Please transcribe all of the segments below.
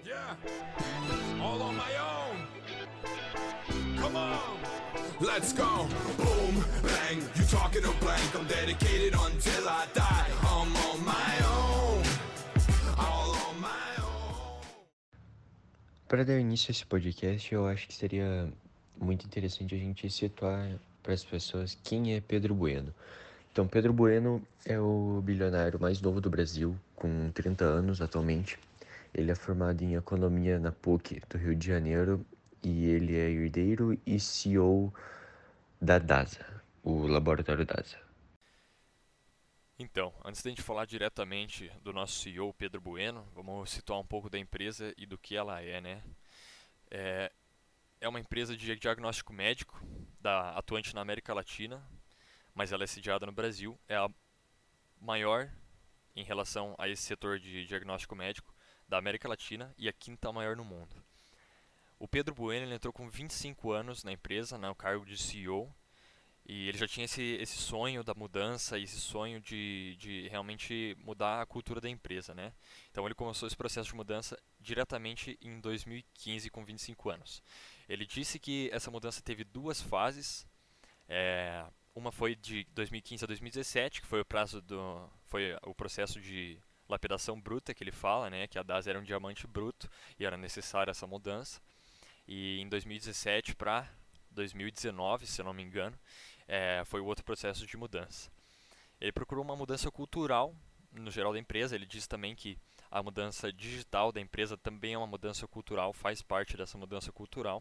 Yeah, all on my own. Come on, let's go. Boom, bang, you talking to blank. I'm dedicated until I die. I'm on my own, all on my own. Para dar início a esse podcast, eu acho que seria muito interessante a gente situar para as pessoas quem é Pedro Bueno. Então, Pedro Bueno é o bilionário mais novo do Brasil, com 30 anos atualmente. Ele é formado em economia na PUC do Rio de Janeiro e ele é herdeiro e CEO da DASA, o laboratório DASA. Então, antes de a gente falar diretamente do nosso CEO, Pedro Bueno, vamos situar um pouco da empresa e do que ela é, né? É uma empresa de diagnóstico médico, atuante na América Latina, mas ela é sediada no Brasil. É a maior em relação a esse setor de diagnóstico médico da América Latina e a quinta maior no mundo. O Pedro Bueno ele entrou com 25 anos na empresa, no cargo de CEO, e ele já tinha esse sonho da mudança, esse sonho de realmente mudar a cultura da empresa, né? Então ele começou esse processo de mudança diretamente em 2015, com 25 anos. Ele disse que essa mudança teve duas fases. Uma foi de 2015 a 2017, que foi o processo de lapidação bruta que ele fala, né? Que a DASA era um diamante bruto e era necessária essa mudança. E em 2017 para 2019, se eu não me engano, foi o outro processo de mudança. Ele procurou uma mudança cultural no geral da empresa. Ele diz também que a mudança digital da empresa também é uma mudança cultural, faz parte dessa mudança cultural.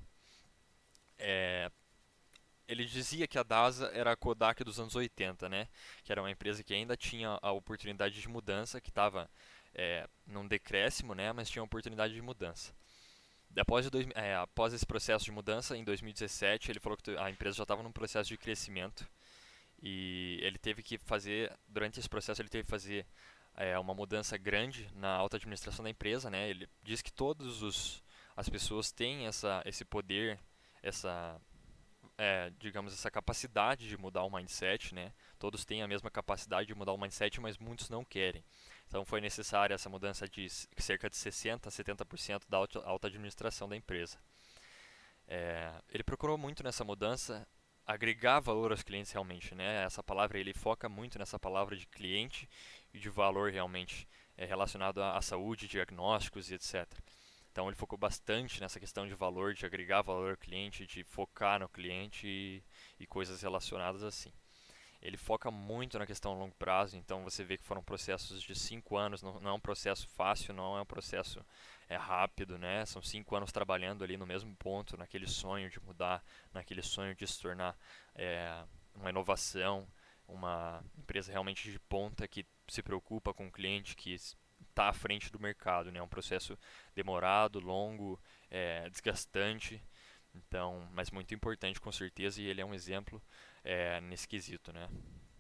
Ele dizia que a DASA era a Kodak dos anos 80, né? Que era uma empresa que ainda tinha a oportunidade de mudança, que estava num decréscimo, né? Mas tinha a oportunidade de mudança. Após esse processo de mudança, em 2017, ele falou que a empresa já estava num processo de crescimento e ele teve que fazer, durante esse processo, ele teve que fazer uma mudança grande na alta administração da empresa, né? Ele diz que as pessoas têm esse poder, digamos, essa capacidade de mudar o mindset, né? Todos têm a mesma capacidade de mudar o mindset, mas muitos não querem. Então foi necessária essa mudança de cerca de 60% a 70% da alta administração da empresa. Ele procurou muito nessa mudança agregar valor aos clientes realmente, né? Essa palavra, ele foca muito nessa palavra de cliente e de valor realmente relacionado à saúde, diagnósticos e etc. Então ele focou bastante nessa questão de valor, de agregar valor ao cliente, de focar no cliente e coisas relacionadas assim. Ele foca muito na questão a longo prazo, então você vê que foram processos de 5 anos, não é um processo fácil, não é um processo rápido, né? São 5 anos trabalhando ali no mesmo ponto, naquele sonho de mudar, naquele sonho de se tornar uma inovação, uma empresa realmente de ponta que se preocupa com o cliente, que está à frente do mercado, né? É um processo demorado, longo, desgastante, então, mas muito importante com certeza, e ele é um exemplo nesse quesito, né?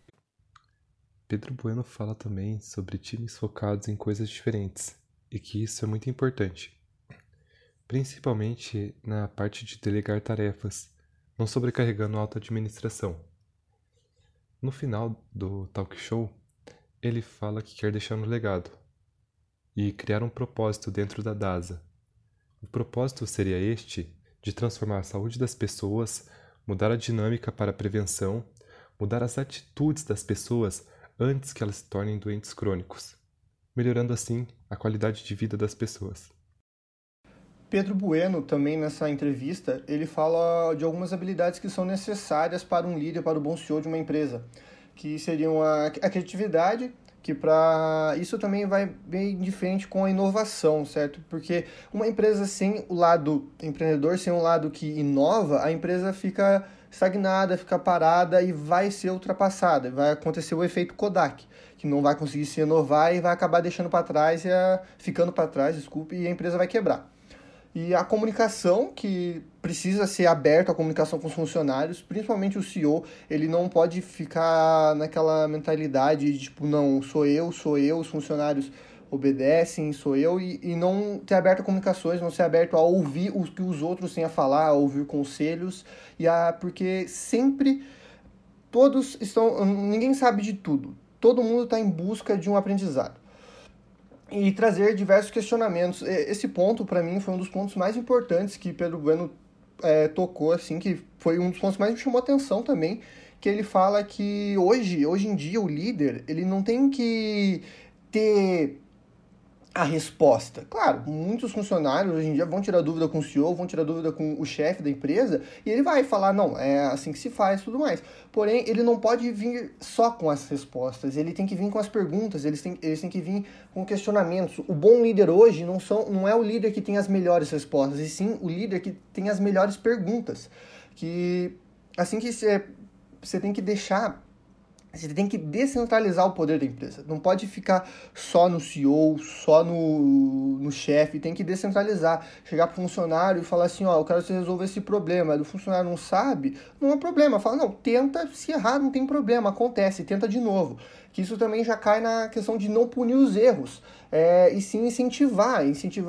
Pedro Bueno fala também sobre times focados em coisas diferentes e que isso é muito importante, principalmente na parte de delegar tarefas, não sobrecarregando a alta administração. No final do talk show, ele fala que quer deixar um legado e criar um propósito dentro da DASA. O propósito seria este de transformar a saúde das pessoas, mudar a dinâmica para a prevenção, mudar as atitudes das pessoas antes que elas se tornem doentes crônicos, melhorando assim a qualidade de vida das pessoas. Pedro Bueno, também nessa entrevista, ele fala de algumas habilidades que são necessárias para um líder, para o bom CEO de uma empresa, que seriam a criatividade, que para isso também vai bem diferente com a inovação, certo? Porque uma empresa sem o lado empreendedor, sem um lado que inova, a empresa fica estagnada, fica parada e vai ser ultrapassada. Vai acontecer o efeito Kodak, que não vai conseguir se inovar e vai acabar deixando para trás, ficando para trás, e a empresa vai quebrar. E a comunicação, que precisa ser aberta, a comunicação com os funcionários, principalmente o CEO, ele não pode ficar naquela mentalidade de tipo, não, sou eu, os funcionários obedecem, sou eu, e não ter aberto a comunicações, não ser aberto a ouvir o que os outros têm a falar, a ouvir conselhos, porque sempre ninguém sabe de tudo, todo mundo está em busca de um aprendizado. e trazer diversos questionamentos. Esse ponto, para mim, foi um dos pontos mais importantes que Pedro Bueno tocou, assim, que foi um dos pontos que mais me chamou a atenção também, que ele fala que hoje em dia, o líder, ele não tem que ter a resposta. Claro, muitos funcionários hoje em dia vão tirar dúvida com o CEO, vão tirar dúvida com o chefe da empresa, e ele vai falar, não, é assim que se faz e tudo mais. Porém, ele não pode vir só com as respostas, ele tem que vir com as perguntas, eles têm que vir com questionamentos. O bom líder hoje não é o líder que tem as melhores respostas, e sim o líder que tem as melhores perguntas. Que assim que você tem que deixar... Você tem que descentralizar o poder da empresa. Não pode ficar só no CEO, só no chefe. Tem que descentralizar. Chegar para o funcionário e falar assim, ó, eu quero que você resolva esse problema. O funcionário não sabe, não é problema. Fala, não, tenta, se errar, não tem problema, acontece, tenta de novo. Que isso também já cai na questão de não punir os erros. E sim incentivar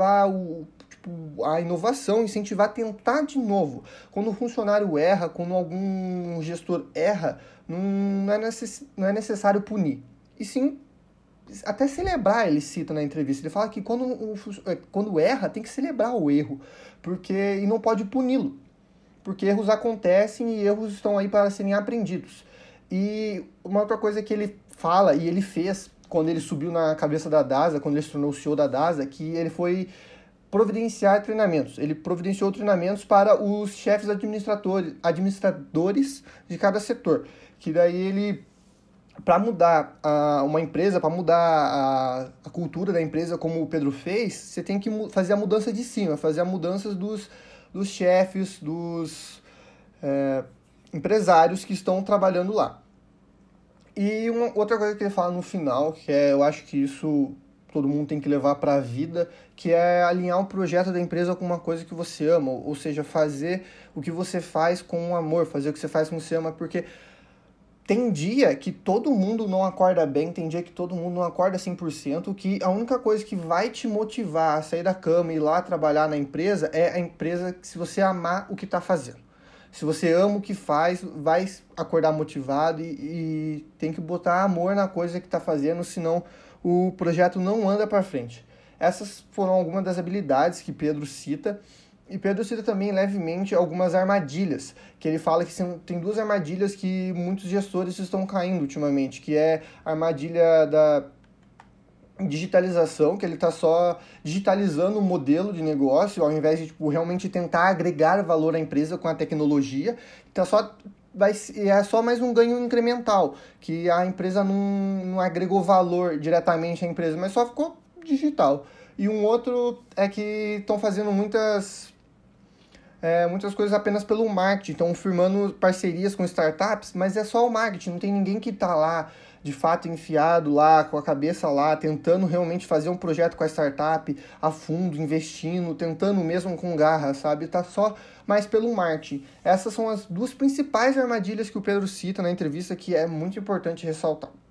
a inovação, incentivar a tentar de novo. Quando o funcionário erra, quando algum gestor erra, não é necessário punir. E sim, até celebrar, ele cita na entrevista. Ele fala que quando erra, tem que celebrar o erro, e não pode puni-lo. Porque erros acontecem e erros estão aí para serem aprendidos. E uma outra coisa que ele fala, e ele fez quando ele subiu na cabeça da DASA, quando ele se tornou o CEO da DASA, que ele foi providenciar treinamentos. Ele providenciou treinamentos para os chefes administradores de cada setor. Que daí ele, para mudar uma empresa, para mudar a cultura da empresa, como o Pedro fez, você tem que fazer a mudança de cima, fazer a mudança dos chefes, dos empresários que estão trabalhando lá. E uma outra coisa que ele fala no final, que eu acho que isso todo mundo tem que levar para a vida, que é alinhar o projeto da empresa com uma coisa que você ama, ou seja, fazer o que você faz com amor, fazer o que você faz com o que você ama, porque tem dia que todo mundo não acorda bem, tem dia que todo mundo não acorda 100%, que a única coisa que vai te motivar a sair da cama e ir lá trabalhar na empresa é a empresa, se você amar o que está fazendo. Se você ama o que faz, vai acordar motivado e tem que botar amor na coisa que está fazendo, senão o projeto não anda para frente. Essas foram algumas das habilidades que Pedro cita. E Pedro cita também levemente algumas armadilhas, que ele fala que tem duas armadilhas que muitos gestores estão caindo ultimamente, que é a armadilha da digitalização, que ele está só digitalizando o modelo de negócio, ao invés de realmente tentar agregar valor à empresa com a tecnologia, é só mais um ganho incremental, que a empresa não agregou valor diretamente à empresa, mas só ficou digital. E um outro é que estão fazendo muitas coisas apenas pelo marketing, estão firmando parcerias com startups, mas é só o marketing, não tem ninguém que está lá, de fato, enfiado lá, com a cabeça lá, tentando realmente fazer um projeto com a startup a fundo, investindo, tentando mesmo com garra, sabe? Tá só mais pelo marketing. Essas são as duas principais armadilhas que o Pedro cita na entrevista, que é muito importante ressaltar.